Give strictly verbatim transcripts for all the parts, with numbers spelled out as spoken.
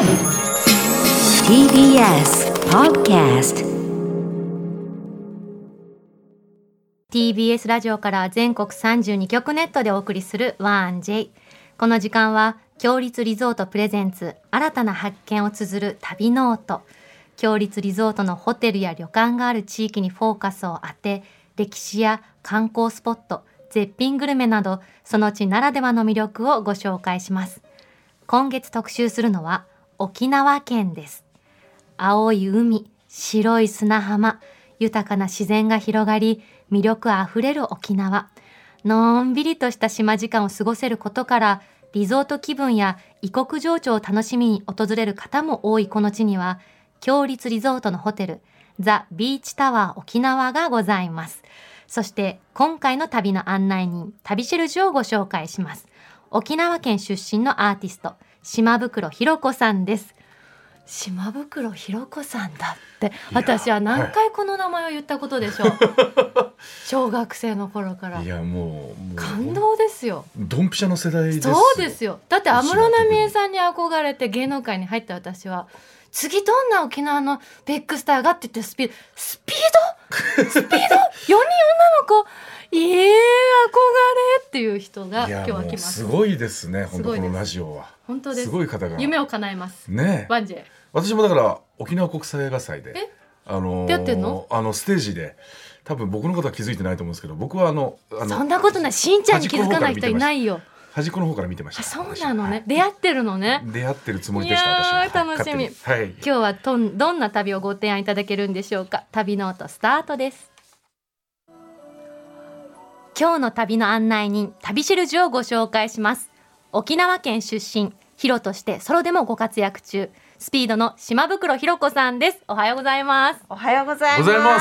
ティービーエス Podcast。 ティービーエス ラジオから全国さんじゅうにきょくネットでお送りする ワンジェイ。 この時間は強立リゾートプレゼンツ新たな発見を綴る旅ノート。強立リゾートのホテルや旅館がある地域にフォーカスを当て、歴史や観光スポット、絶品グルメなどその地ならではの魅力をご紹介します。今月特集するのは沖縄県です。青い海、白い砂浜、豊かな自然が広がり、魅力あふれる沖縄。のんびりとした島時間を過ごせることから、リゾート気分や異国情緒を楽しみに訪れる方も多いこの地には、強立リゾートのホテル、ザ・ビーチタワー沖縄がございます。そして今回の旅の案内人、旅シェルジュをご紹介します。沖縄県出身のアーティスト、島袋寛子さんです。島袋寛子さんだって、私は何回この名前を言ったことでしょう、はい、小学生の頃から。 いやもう、もう感動ですよ。 ドンピシャの世代ですよ。 そうですよ。だって安室奈美恵さんに憧れて芸能界に入った私は、次どんな沖縄のビッグスターがって言って、スピードスピードスピードよにん女の子、いえー、憧れっていう人が今日は来ます。いやすごいですね。本当このラジオは本当です。 すごい方が夢を叶えますね。 ワンジェイ。 私もだから沖縄国際映画祭であのー、 やってんの？ あのステージで、多分僕のことは気づいてないと思うんですけど、僕はあのあのそんなことない。しんちゃんに気づかない人いないよ。 端っこの方から見てました。 あ、そうなのね、はい、出会ってるのね。 出会ってるつもりでした。 いや私は楽しみ、 はい、 今日はとんどんな旅をご提案いただけるんでしょうか。旅ノートスタートです。今日の旅の案内人、旅シェルジュをご紹介します。沖縄県出身、ヒロとしてソロでもご活躍中、スピードの島袋寛子さんです。おはようございます。 おはようございます。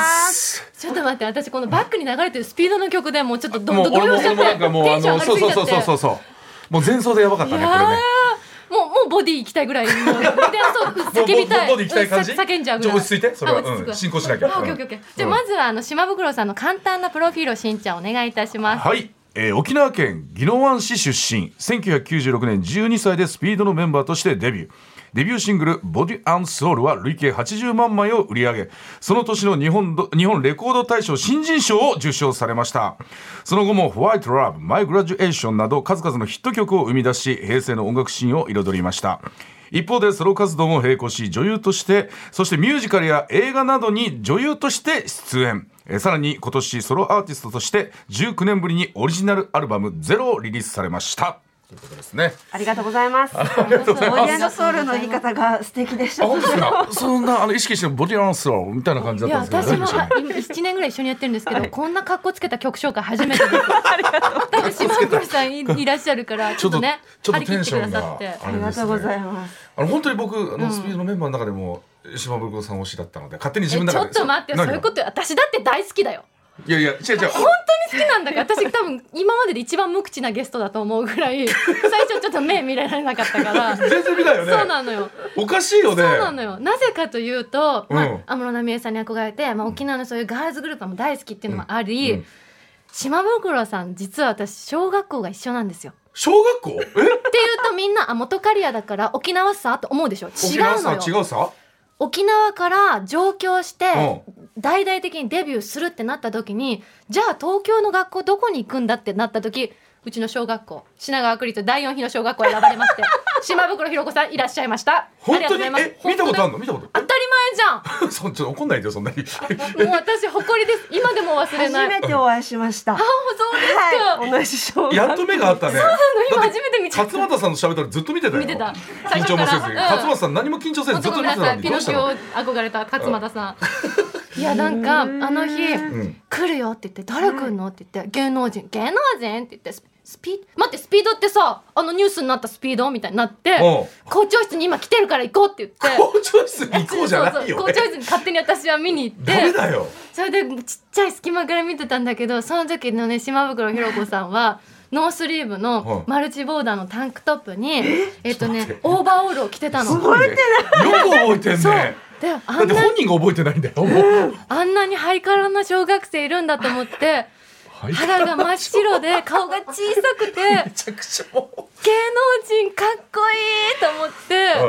ちょっと待って、私このバックに流れてるスピードの曲でもうちょっとどもう動揺しちゃって、 俺もなんかもうテンション上がりすぎちゃって、 そうそうそうそうそう、もう前奏でやばかったねこれね。 もう、もうボディ行きたいぐらい、もうそう叫びたい。 ボディ行きたい感じ。 叫んじゃうぐらい。 落ち着いて、それは、うん、進行しなきゃ。 オッケーオッケーオッケー。じゃあまずはあの島袋さんの簡単なプロフィールをしんちゃんお願いいたします。 はい、えー、沖縄県宜野湾市出身、せんきゅうひゃくきゅうじゅうろくねんじゅうにさいでスピードのメンバーとしてデビュー。デビューシングルボディ&ソウルは累計はちじゅうまんまいを売り上げ、その年の日本ど日本レコード大賞新人賞を受賞されました。その後もホワイトラブ、マイグラジュエーションなど数々のヒット曲を生み出し、平成の音楽シーンを彩りました。一方でソロ活動も並行し、女優として、そしてミュージカルや映画などに女優として出演。えさらに今年ソロアーティストとしてじゅうきゅうねんぶりにオリジナルアルバムゼロをリリースされましたということですね。 ありがとうございます。ボディ&ソウルの言い方が素敵でした。 あ、本当ですか。そんなあの意識してボディ&ソウルみたいな感じだったんですけど。 いや私もいちねんぐらい一緒にやってるんですけど、はい、こんな格好つけた曲紹介初めてです。ありがとう。多分島袋さん い, いらっしゃるからちょっとね、 ちょっとテンションがありがとうございます。 あの本当に僕あのスピードのメンバーの中でも島袋さん推しだったので、勝手に自分の中で。 ちょっと待って、そういうこと私だって大好きだよ。 いやいや違う違う、 本当に好きなんだから。私多分今までで一番無口なゲストだと思うぐらい、最初ちょっと目見られなかったから全然見ないよね。 そうなのよ。 おかしいよね。 そうなのよ。なぜかというと、まあうん、 安室奈美恵さんに憧れて、まあ、沖縄のそういうガールズグループも大好きっていうのもあり、うんうん、島袋さん実は私小学校が一緒なんですよ。 小学校？え？っていうとみんなあ元カリアだから沖縄さと思うでしょ。違うのよ。 違うさ。 沖縄から上京して大々的にデビューするってなった時に、じゃあ東京の学校どこに行くんだってなった時、うちの小学校品川区立だいよん日の小学校選ばれまして島袋寛子さんいらっしゃいました。 本当に？え、見たことあるの？見たこと。 当たり前じゃん。 そんちょっと怒んないでよそんなに。もう私誇りです。今でも忘れない。 初めてお会いしました。 あ、そうですか。 はい、同じ小学校。 やっと目があったね。 そうなの、今初めて見ちゃった。 勝俣さんの喋ったらずっと見てたよ。 見てた。 緊張もせず、 うん、 勝俣さん何も緊張せずずっと見てたのにピノキオ憧れた勝俣さん。いやなんかあの日、うん、来るよって言って、誰来るのって言って、芸能人芸能人って言って、スピード待ってスピードってさ、あのニュースになったスピードみたいになって、校長室に今来てるから行こうって言って、 校長室に行こうじゃないよね。 そうそう、校長室に勝手に私は見に行って、 ダメだよ。 それでちっちゃい隙間から見てたんだけど、その時のね島袋寛子さんはノースリーブのマルチボーダーのタンクトップに、えっとねオーバーオールを着てたの。 覚えてない。 よく覚えてんね。 でだって本人が覚えてないんだよ。もうあんなにハイカラな小学生いるんだと思って。肌が真っ白で顔が小さくてめちゃくちゃもう芸能人かっこいいと思って、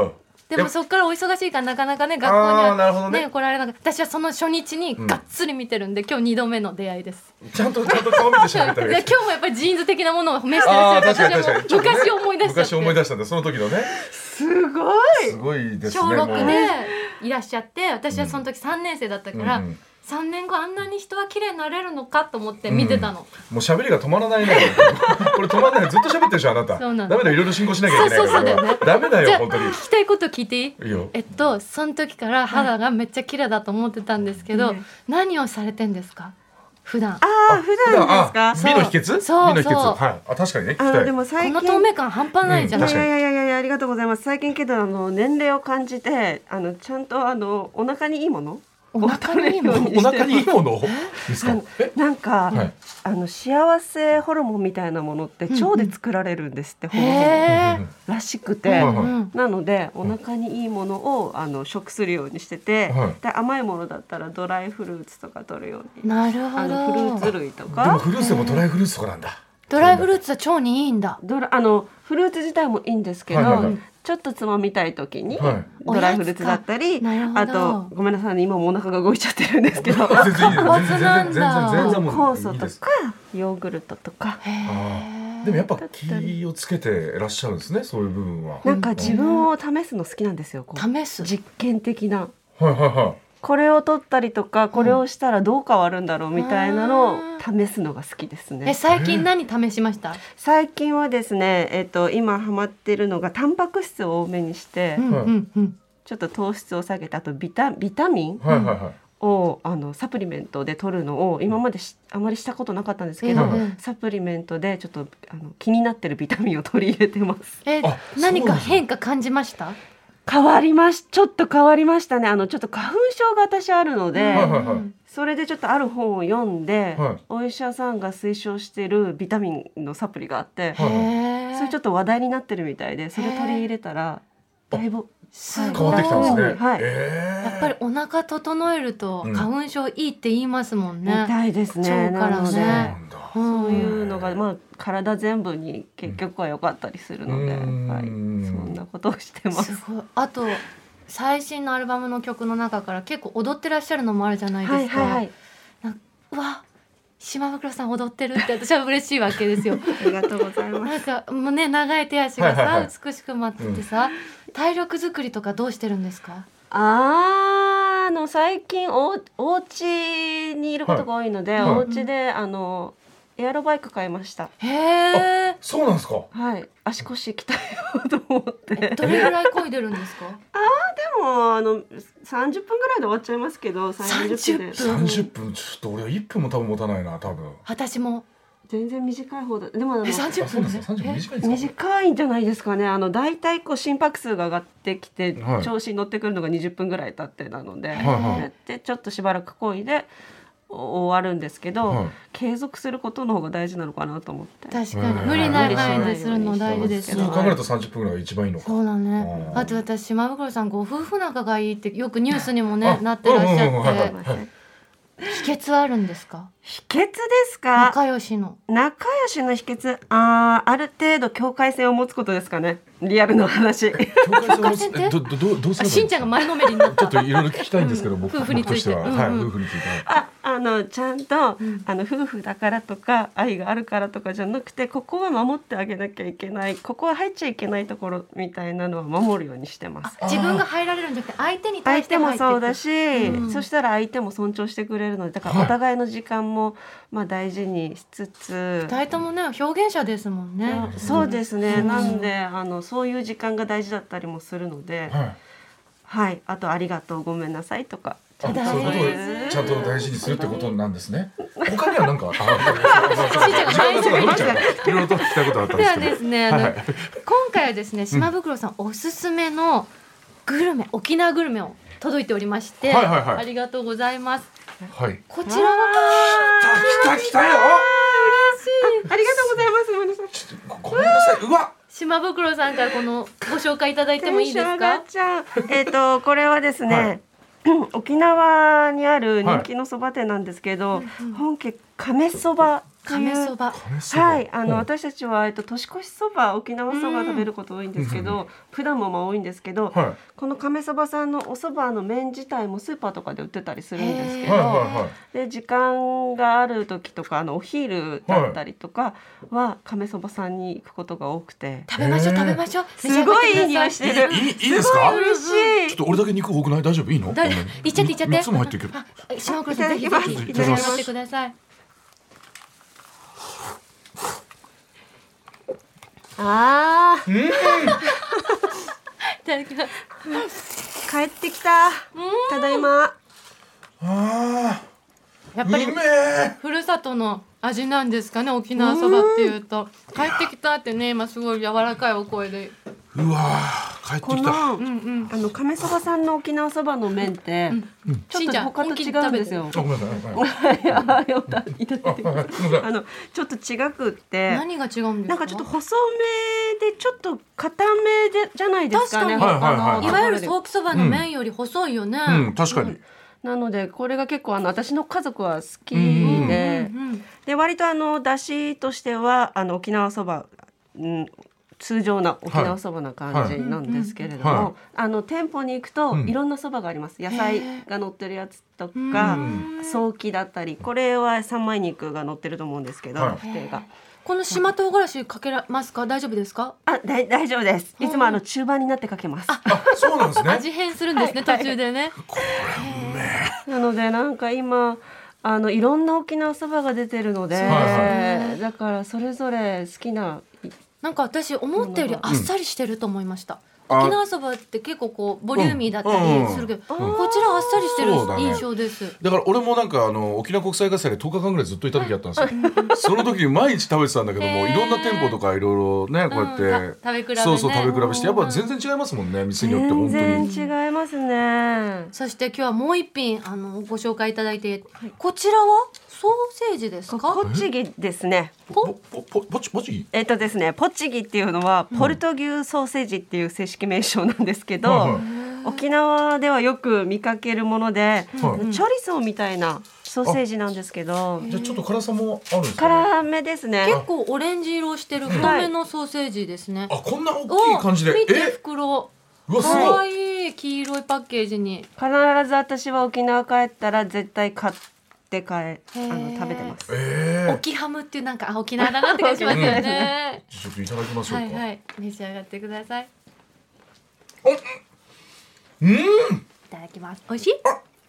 でもそっからお忙しいからなかなかね学校にあーなるほどはねね来られなかった。私はその初日にがっつり見てるんで、今日にどめの出会いです。 ちゃんとちゃんと顔見て喋ったらで今日もやっぱりジーンズ的なものを召してらああっしゃる。 確かに確かに私はもう昔思い出しちゃって昔思い出したんでその時のねすごいすごいですね小ろくもうでいらっしゃって、私はその時さんねん生だったから、 うんうんさんねんごあんなに人は綺麗になれるのかと思って見てたの、 もう喋りが止まらないねこれ止まらないずっと喋ってるでしょあなたそうなのダメだよいろいろ進行しなきゃいけないからそうそうそうだよねダメだじゃあよ本当に聞きたいこと聞いていい？ いいよえっとその時から肌がめっちゃ綺麗だと思ってたんですけど、 うん何をされてんですか普段？ ああ普段ですか？ あ美の秘訣そう美の秘訣そうはいあ確かにね聞きあたいでも最近この透明感半端ないじゃない、 うん確かにいやいやいやいやありがとうございます。最近けどあの年齢を感じてあのちゃんとあのお腹にいいものお腹にいいものを取るようにしてお腹にいいものですかえなんか、 はいあの幸せホルモンみたいなものって腸で作られるんですって、ほぼほぼへらしくえ、 て、 はいうんうんなのでお腹にいいものをあの食するようにしてて、 はいで甘いものだったらドライフルーツとか取るように、 なるほあのフルーツど。 類とでもかフルーツでもドライフルーツとかなんだドライフルーツは腸にいいんだ。 ドラあのフルーツ自体もいいんですけど、 はいはいはいちょっとつまみたい時に、 はいドライフルーツだったり、 おやつかなるほどあとごめんなさいね今もお腹が動いちゃってるんですけど全然いいです活発なんだ全然全然全然もう酵素といいですかヨーグルトとかへえ。 でもやっぱ気をつけてらっしゃるんですねそういう部分はなんか自分を試すの好きなんですよ。こう試す。 実験的なはいはいはいこれを取ったりとかこれをしたらどう変わるんだろうみたいなのを試すのが好きですえね。 最近何試しました？ 最近はですね、えっと、今ハマってるのがタンパク質を多めにして、 うんうんうん。 ちょっと糖質を下げてあとビタビタミンはいはいはいをあのサプリメントで取るのを今までしあまりしたことなかったんですけど、 うんうんサプリメントでちょっとあの気になってるビタミンを取り入れてます。 えあ何かそうなんですね変化感じました？ 変わりましちょっと変わりましたね。あのちょっと花粉症が私あるので、 はいはいはいそれでちょっとある本を読んで、 はいお医者さんが推奨しているビタミンのサプリがあって、 はいへえ。 それちょっと話題になってるみたいでそれ取り入れたらだいぶす変わってきたんですねはいえーやっぱりお腹整えるとうん花粉症いいって言いますもんみね。 たいですね。 腸からねなのでそうなんだそういうのが、まあ、体全部に結局は良かったりするので、 うんはい、そんなことをしてますす。 ごい。あと最新のアルバムの曲の中から結構踊ってらっしゃるのもあるじゃないはですか。 いはいはい、 うわ島袋さん踊ってるって私は嬉しいわけですよ。 ありがとうございまなんす。 かもうね長い手足がさ、 はいはいはい美しく待っててさ、体力作りとかどうしてるんですか？ あーあの最近おお家にいることが多いので、 はいお家であのエアロバイク買いました。 へえ。 そうなんですかはい、足腰鍛えようと思って。でどれぐらい漕いでるんですか？ もあのさんじゅっぷんぐらいで終わっちゃいますけど、さんじゅっぷんでさんじゅっぷんさんじゅっぷんちょっと俺はいっぷんも多分持たないな多分私も全然短い方だ。でもあのえ30 あそうなんですかさんじゅっぷん短いんですか短いんじゃないですかね。あのだいたいこう心拍数が上がってきて、 はい調子に乗ってくるのがにじゅっぷんぐらい経ってなので、 はいはいでちょっとしばらく漕いでお終わるんですけど、 はい継続することの方が大事なのかなと思って。 確かへーに無理ない範囲でするの大事ですよ。 そう考えるとさんじゅっぷんぐらいが一番いいのかそうだね。 あーあと私島袋さんご夫婦仲がいいってよくニュースにもねあなってらっしうんうんうんはいゃって、 はい秘訣あるんですか？ 秘訣ですか？ 仲良しの。 仲良しの秘訣、あーある程度境界線を持つことですかね。リアルな話。 境界界線ってえどどどどうすればいいあしんちゃんが前のめりになっちょた。 っといろいろ聞きたいんですけど、僕夫婦について僕としては、 うんうんはい、夫婦についてああのちゃんと、あの夫婦だからとか愛があるからとかじゃなくて、ここは守ってあげなきゃいけない、ここは入っちゃいけないところみたいなのは守るようにしてます。 自分が入られるんじゃなくて相手に対相手もして入っていく。 そうだし、 うんそしたら相手も尊重してくれるので、だからお互いの時間もまあ大事にしつつ、 二人ともね表現者ですもんね。 そうですね、 うんなんであのそういう時間が大事だったりもするので、 はいはい、あとありがとうごめんなさいとか、 あそういうことをちゃんと大事にするってことなんですね。他には何か、あ時間がそうだ伸びちゃうから、いろいろと聞きたいことあったんではですけど。 ですね、あのはい今回はですね島袋さんおすすめのグルメ、沖縄グルメを届いておりまして、 はいはいはいありがとうございます。 はい。 こちらは来た来たよ。 嬉しい。 ありがとうございます。ごめんなさい。 ちょっとごめんなさい。うわ。 島袋さんからこのご紹介いただいてもいいですかテンション上がっ？ちゃう。えっとこれはですね、 はい沖縄にある人気のそば店なんですけど、本家亀そばという亀そば。 亀そばはい、あのうん私たちはえっと年越しそば、沖縄そば食べること多いんですけど、普段もまあ多いんですけど、 はいこの亀そばさんのおそばの麺自体もスーパーとかで売ってたりするんですけど、 はいはいはいで時間がある時とかあのお昼だったりとかは亀そばさんに行くことが多くて、 食べましょうへー食べましょう。 すごいいい匂いしてる。 いいいいですか？ 嬉しい。 ちょっと俺だけ肉多くない？大丈夫？いいの？ だいこんなにいっちゃっていっちゃってみっつも入ってるけど。 あ島倉さんぜひぜひいただきますいただきます召し上がってください。 あーうんいただきます。 帰ってきた。ただいま。 あやっぱりーうめえ。 ふるさとの味なんですかね、沖縄そばっていうと。帰ってきたってね、今すごい柔らかいお声で。 うわー帰ってこきた。 のうんうん。 あの亀そばさんの沖縄そばの麺って、ちょっと他と違うんですよ。 あごめんなさい。はいいやよかったいただいてあはいすみませんあのちょっと違くって、 何が違うんですか。 なんかちょっと細めでちょっと固めでじゃないですかね。 確かにはいはいはいいわゆるそうソーキそばの麺より細いよね。 うん確かに。 なのでこれが結構あの私の家族は好きうんで、 うんうんで割とあの出汁としてはあの沖縄そば、うん、通常な沖縄そばな感じなんですけれども、 はいはいあの店舗に行くとうんいろんなそばがあります。野菜が乗ってるやつとうかんソーキだったり、これは三枚肉が乗ってると思うんですけど、 はいラフテーが。 この島唐辛子かけらますか、大丈夫ですか。 あ、だい大丈夫です。いつもあの中盤になってかけます。 あそうなんですね。 味変するんですね、 はい途中でね。 なのでなんか今あのいろんな沖縄そばが出てるので、 そうですねだからそれぞれ好きな。 なんか私思ったよりあっさりしてると思いました。 うん沖縄そばって結構こうボリューミーだったりするけど、 うんうんこちらあっさりしてるそうだね印象です。 だから俺もなんかあの沖縄国際合戦でとおかかんぐらいずっといた時あったんですよ。その時に毎日食べてたんだけども、 へーいろんな店舗とかいろいろねこうやって、 うんた食べ比べねそうそう食べ比べしてやっぱ全然違いますもんね、店によって本当全に。 然違いますね。 そして今日はもう一品あのご紹介いただいて、こちらはソーセージですか。 ポチギですね。 ポポポポチポチえっとですね、ポチギっていうのはポルト牛ソーセージっていう正式名称なんですけど、 はいはい沖縄ではよく見かけるもので、 はいチョリソーみたいなソーセージなんですけど、 じゃあちょっと辛さもあるんですかね。 辛めですね。 結構オレンジ色してる太めのソーセージですね。 あこんな大きい感じで。 お見てえ袋。 うわすかわごい。 いい黄色いパッケージに。 必ず私は沖縄帰ったら絶対買って帰あへーの食べてます。 え沖ハムっていうなんかあ沖縄だなって感じしますよね。 ー、ちょっといただきましょうか。 はいはい、召し上がってください。 うん。 いただきます。美味しい？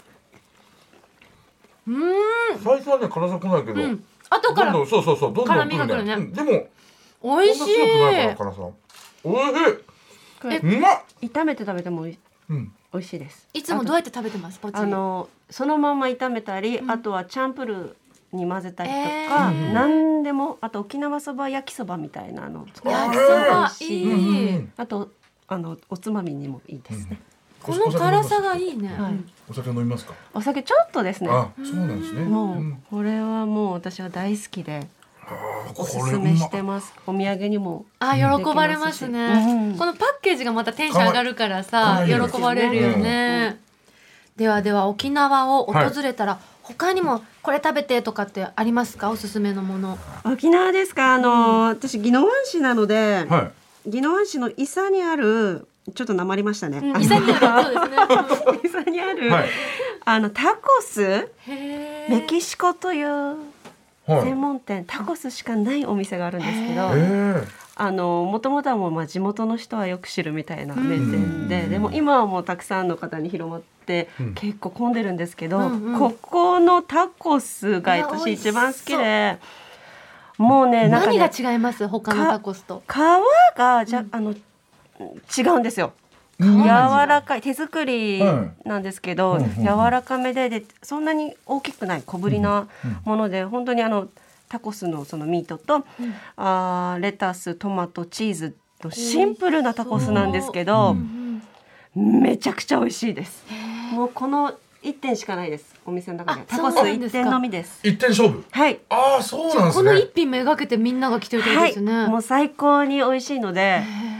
うーん。 最初はね辛さ来ないけど、 うん。後からどんどんそうそうそうどんどん辛みが来るねうんでも美味しい。 そんな強くないから辛さ。おいしこれい。うまっ。 炒めて食べてもおいうん。 美味しいです。 いつもどうやって食べてます？ポチギ。 あのそのまま炒めたり、 うんあとはチャンプルーに混ぜたりとえか、 ー何でも、あと沖縄そば焼きそばみたいなの作る焼きそば美味しい。 うんうんういい。 んあとあのおつまみにもいいですね。 この辛さがいいね。 はいうんお酒飲みますか。 お酒ちょっとですね。 あ、そうなんですね。 もう、 んこれはもう私は大好きであおすこれうすめしまてます。お土産にも。 あ、喜ばれますね。 うんこのパッケージがまたテンション上がるからさ、 かわいい喜ばれるよね。ではでは沖縄を訪れたら、他にもこれ食べてとかってありますか？おすすめのもの。 沖縄ですか。あの、私宜野湾市なので、 は宜野湾市の伊佐にあるちょっとなまりましたね。 うん、 あの伊佐にあるそうですね。 伊佐にある、 はいあのタコスへーメキシコというい。はい。 専門店、タコスしかないお店があるんですけど、 ええ。 あのもともとはもうまあ地元の人はよく知るみたいな名店で、 うんでも今はもうたくさんの方に広まって、 うん結構混んでるんですけど、 うんうんここのタコスがいや私一番好きで、もうねなんか何ねが違います？他のタコスと。 皮がじゃ、あの違うんですよ。 うん柔らかい手作りはいなんですけど、 うんうんうん柔らかめででそんなに大きくない小ぶりなもので、本当にあのタコスのそのミートと、 うんあーレタストマトチーズとシンプルなタコスなんですけど、 うんうんめちゃくちゃ美味しいです。もうこのいってんしかないです。お店の中であタコス1 そうなんですか点のみです。 一点勝負。 はい。 ああそうなんですね。 この一品めがけてみんなが来てるってことはい。 ですね。 もう最高に美味しいので、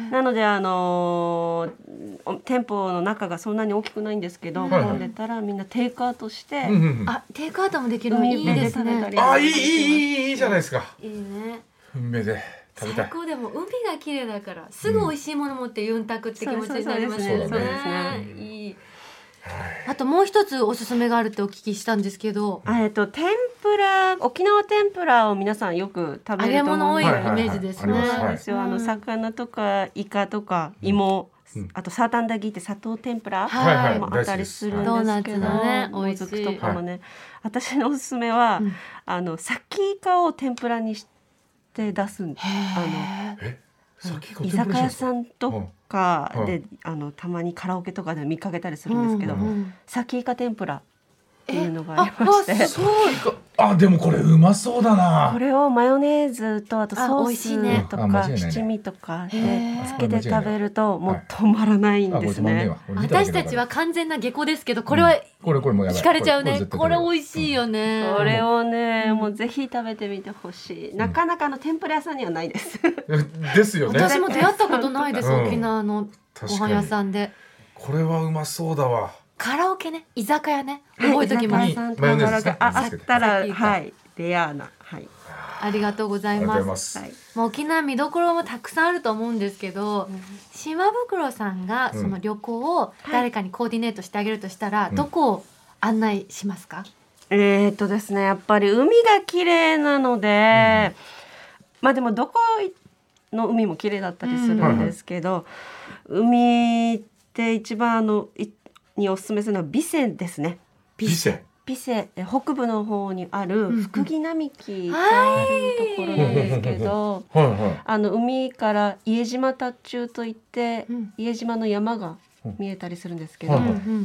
なのであのー、店舗の中がそんなに大きくないんですけど、 はい混んでたらみんなテイクアウトして、 うんうんうん、 あテイクアウトもできるのいいですね。 あいいいいいいいいじゃないですか。 いいね。 運命で食べたい。 最高。でも海が綺麗だからすぐ美味しいもの持ってユンタクって気持ちになりますよね。 そうですね。 いい。あともう一つおすすめがあるってお聞きしたんですけど、 えっと天ぷら、沖縄天ぷらを皆さんよく食べると思うんです。 揚げ物多いイメージですね。 そうなんですよ。あの魚とかイカとか芋、うん、あとサーターアンダギーって砂糖天ぷらもあったりするんですけど、 ドーナツのね、 もずくとかもね、はい、私のおすすめは、うん、あのさきイカを天ぷらにして出すんです。あのえ居酒屋さんとかで、うん、あのたまにカラオケとかで見かけたりするんですけど、うんうん、さきイカ天ぷらっていうのがありまして、 あ, あでもこれうまそうだな。 これをマヨネーズとあとソースとか七味とかでつけて食べるともう止まらないんですね。 私たちは完全な下戸ですけど、これは惹かれちゃうね。これ美味しいよね。 これをね、もうぜひ食べてみてほしい。なかなかの天ぷら屋さんにはないです。 ですよね。 私も出会ったことないです。沖縄のご飯屋さんで。 これはうまそうだわ。 カラオケね、居酒屋ね、覚えときます。 マヨネーズあったら、はい、レアな、はい。 ありがとうございます。もう沖縄見どころもたくさんあると思うんですけど、うん、島袋さんがその旅行を誰かにコーディネートしてあげるとしたら、うん、どこを案内しますか？ えーっとですね、やっぱり海が綺麗なので、うん、まあでもどこの海も綺麗だったりするんですけど、うん、海って一番あのにおすすめするのはビセですね。 ビセ。 ビセ北部の方にある福木並木があるところなんですけど、はいはい、あの海から家島達中といって、うん、家島の山が見えたりするんですけど、うん、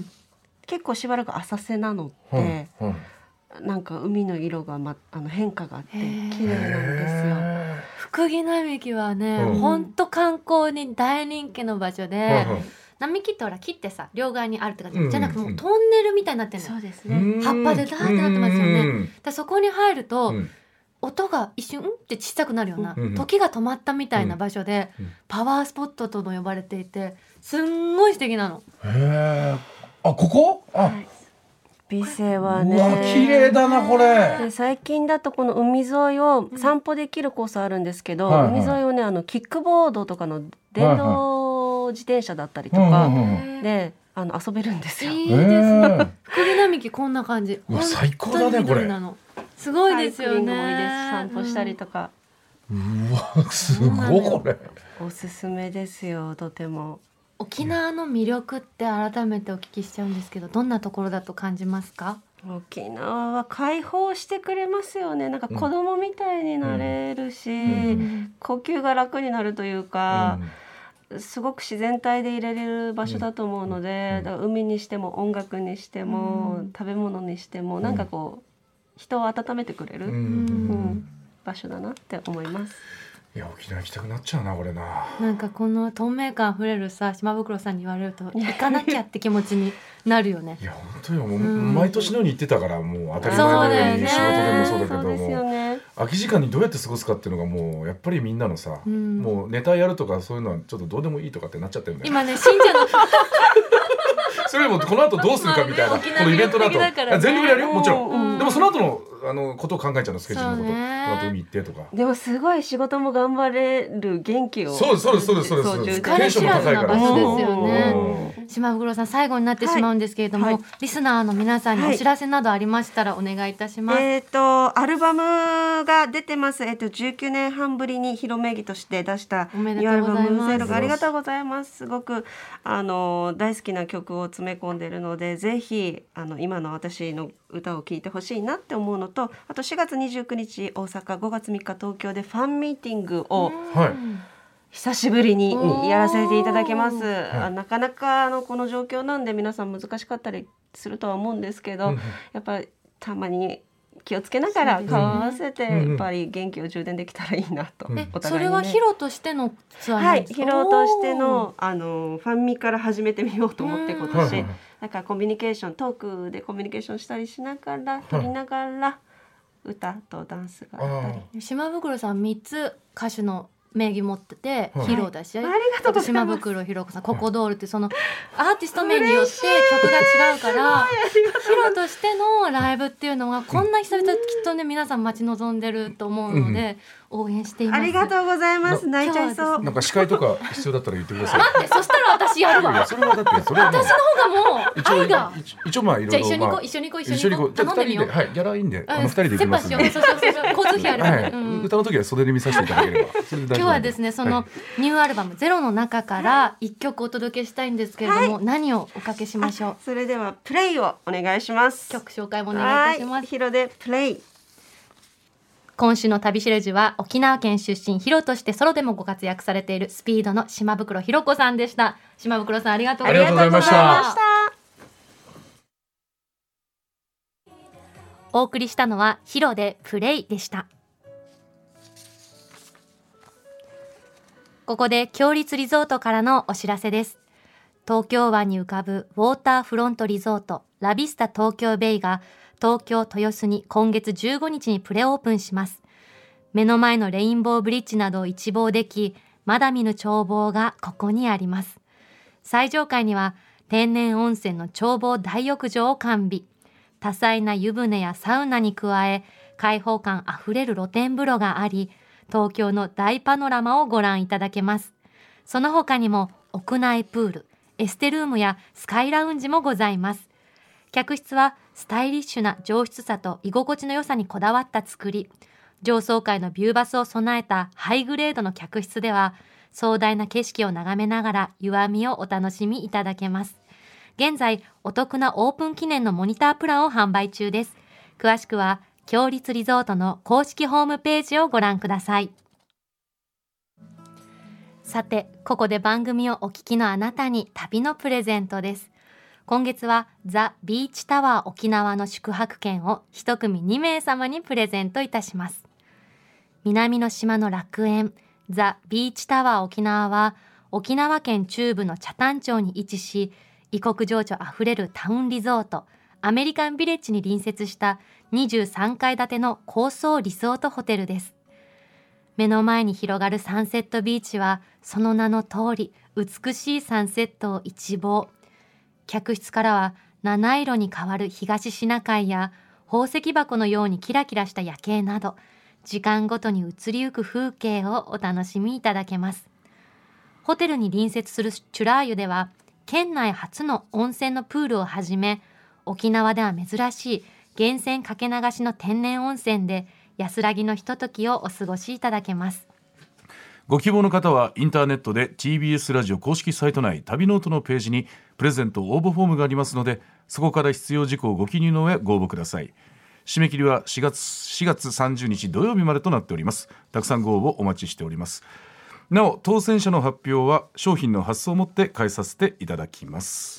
結構しばらく浅瀬なので、はいはい、なんか海の色が、ま、あの変化があって綺麗なんですよ。 福木並木はね、うん、ほんと観光に大人気の場所で、はいはい、並木ってほら木ってさ両側にあるって感じ、うん、じゃなくてもうトンネルみたいになってるの。 そうですね。 葉っぱでダーってなってますよね。だそこに入ると、うん、音が一瞬んって小さくなるような、うん、時が止まったみたいな場所で、うん、パワースポットとも呼ばれていてすんごい素敵なの。 へー、あここ？あ、はい、 美声はね、 うわ綺麗だなこれ。 で最近だとこの海沿いを散歩できるコースあるんですけど、うん、海沿いをねあのキックボードとかの電動自転車だったりとか、はいはい、であの遊べるんですよ。 いいですね。福木並木こんな感じ。 うわ最高だねこれ。 すごいですよね。 もいいです。散歩したりとか。 うん、うわすごいこれ。 おすすめですよとても。 沖縄の魅力って改めてお聞きしちゃうんですけど、どんなところだと感じますか？ 沖縄は解放してくれますよね。なんか子供みたいになれるし、うん、呼吸が楽になるというか、うん、すごく自然体でいられる場所だと思うので、うん、だから海にしても音楽にしても、うん、食べ物にしても、うん、なんかこう人を温めてくれる、うんうん、場所だなって思います。 いや沖縄行きたくなっちゃうなこれな。 なんかこの透明感あふれるさ島袋さんに言われると行かなきゃって気持ちになるよね。 いや本当よもう、うん、毎年のように行ってたからもう当たり前のように仕事でもそうだけども、ね、空き時間にどうやって過ごすかっていうのがもうやっぱりみんなのさ、うん、もうネタやるとかそういうのはちょっとどうでもいいとかってなっちゃってるんだよ今ね信者のそれよりもこの後どうするかみたいな、ね、このイベントの後、ね、全力でやるよもちろん、うん、でもその後のあのことを考えちゃうのスケジュールのこと、この後海行ってとか。 でもすごい仕事も頑張れる元気を。 そうですそうですそうですそうです。 疲れ知らずな場所ですよね。島袋さん最後になってしまうんですけれども、はいはい、リスナーの皆さんにお知らせなどありましたらお願いいたします。 はい、えっ、ー、とアルバムが出てます。えっ、ー、とじゅうきゅうねんはんぶりに広めぎとして出したニューアルバムゼロがありがとうございます。すごくあの大好きな曲を詰め込んでいるのでぜひあの今の私の歌を聴いてほしいなって思うのと、あとしがつにじゅうくにち大阪、ごがつみっか東京でファンミーティングを久しぶりにやらせていただきます。あなかなかあのこの状況なんで皆さん難しかったりするとは思うんですけど、うん、やっぱりたまに気をつけながら顔を合わせてやっぱり元気を充電できたらいいなと、うん、お互いにね。 それはヒロとしてのツアーなんですか？ はい、ヒロとしてのあのファンミから始めてみようと思って今年だからコミュニケーショントークでコミュニケーションしたりしながら撮りながら歌とダンスがあったり。 島袋さんみっつ歌手の名義持ってて、 はい、 ヒロだし、 ありがとうございます。 島袋ひろ子さん、ココドールってそのアーティスト名によって曲が違うからヒロとしてのライブっていうのはこんな久々きっとね皆さん待ち望んでると思うので、うん、応援しています。 ありがとうございます。泣いちゃいそう。 なんか司会とか必要だったら言ってください。 待って、そしたら私やるわ。 いやそれはだってそれはもう私の方がもう愛が一応まあいろいろ、 じゃあ一緒に行こう、一緒に行こう、一緒に行こう、頼んでみよう。 はい、ギャラいいんで、あの二人で行きますんで。 そうそうそうそう、交通費あるので、 はい、 うん、 歌の時は袖で見させていただければ。それで大丈夫。 今日はですね、その、はい、ニューアルバムゼロの中から一曲お届けしたいんですけれども、はい、何をおかけしましょう。 それではプレイをお願いします。 曲紹介もお願いいたします。 ヒロでプレイ。 今週の旅しるじは沖縄県出身、ヒロとしてソロでもご活躍されているスピードの島袋ひろ子さんでした。島袋さんありがとうございました。 ありがとうございました。 お送りしたのはヒロでプレイでした。ここで強立リゾートからのお知らせです。東京湾に浮かぶウォーターフロントリゾートラビスタ東京ベイが東京豊洲に今月じゅうごにちにプレオープンします。目の前のレインボーブリッジなどを一望でき、まだ見ぬ眺望がここにあります。最上階には天然温泉の眺望大浴場を完備。多彩な湯船やサウナに加え、開放感あふれる露天風呂があり、東京の大パノラマをご覧いただけます。その他にも屋内プール、エステルームやスカイラウンジもございます。客室はスタイリッシュな上質さと居心地の良さにこだわった作り。上層階のビューバスを備えたハイグレードの客室では、壮大な景色を眺めながら湯あみをお楽しみいただけます。現在、お得なオープン記念のモニタープランを販売中です。詳しくは、強立リゾートの公式ホームページをご覧ください。さて、ここで番組をお聞きのあなたに旅のプレゼントです。今月はザ・ビーチタワー沖縄の宿泊券を一組にめい様にプレゼントいたします。南の島の楽園、ザ・ビーチタワー沖縄は沖縄県中部の北谷町に位置し、異国情緒あふれるタウンリゾート、アメリカンビレッジに隣接したにじゅうさんかい建ての高層リゾートホテルです。目の前に広がるサンセットビーチは、その名の通り美しいサンセットを一望。客室からは七色に変わる東シナ海や宝石箱のようにキラキラした夜景など、時間ごとに移りゆく風景をお楽しみいただけます。ホテルに隣接するチュラー湯では、県内初の温泉のプールをはじめ、沖縄では珍しい源泉かけ流しの天然温泉で安らぎのひとときをお過ごしいただけます。 ご希望の方はインターネットで ティービーエス ラジオ公式サイト内旅ノートのページにプレゼント応募フォームがありますので、そこから必要事項をご記入の上ご応募ください。締め切りはしがつさんじゅうにち土曜日までとなっております。たくさんご応募お待ちしております。なお当選者の発表は商品の発送をもって返させていただきます。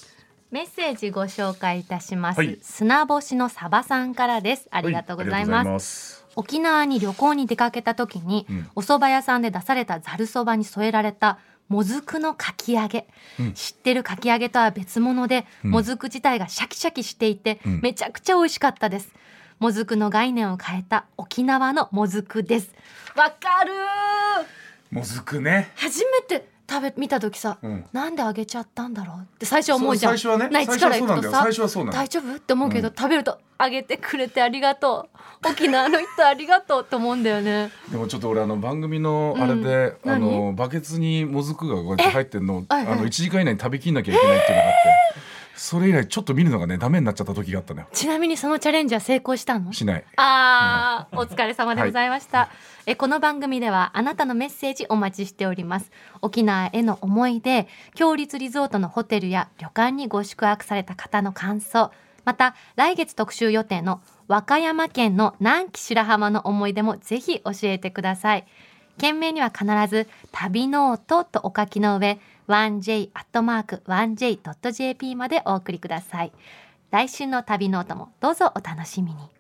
メッセージご紹介いたします、 はい、 砂星のサバさんからです。ありがとうございます、はい、ます沖縄に旅行に出かけた時に、うん、お蕎麦屋さんで出されたざるそばに添えられたもずくのかき揚げ、うん、知ってるかき揚げとは別物で、うん、もずく自体がシャキシャキしていて、うん、めちゃくちゃ美味しかったです。もずくの概念を変えた沖縄のもずくです。わかるもずくね、 初めて食べ見た時さ、うん、なんであげちゃったんだろうって最初思うじゃん。 最初はね、 ない力いくとさ最初はそうなんだよ、 大丈夫って思うけど、うん、食べるとあげてくれてありがとう沖縄の人ありがとうって思うんだよね。 でもちょっと俺あの番組のあれで、うん、あのバケツにもずくがこうやって入ってるのをあのいちじかん以内に食べきんなきゃいけないっていうのがあって、えー、それ以来ちょっと見るのがねダメになっちゃった時があったのよ。 ちなみにそのチャレンジは成功したの？ しない。 あー、うん、お疲れ様でございました、はい、えこの番組ではあなたのメッセージお待ちしております。沖縄への思い出、強立リゾートのホテルや旅館にご宿泊された方の感想、また来月特集予定の和歌山県の南紀白浜の思い出もぜひ教えてください。件名には必ず旅ノートとお書きの上 ワンジェイ アットマーク ワンジェイ ドット ジェーピー までお送りください。来週の旅ノートもどうぞお楽しみに。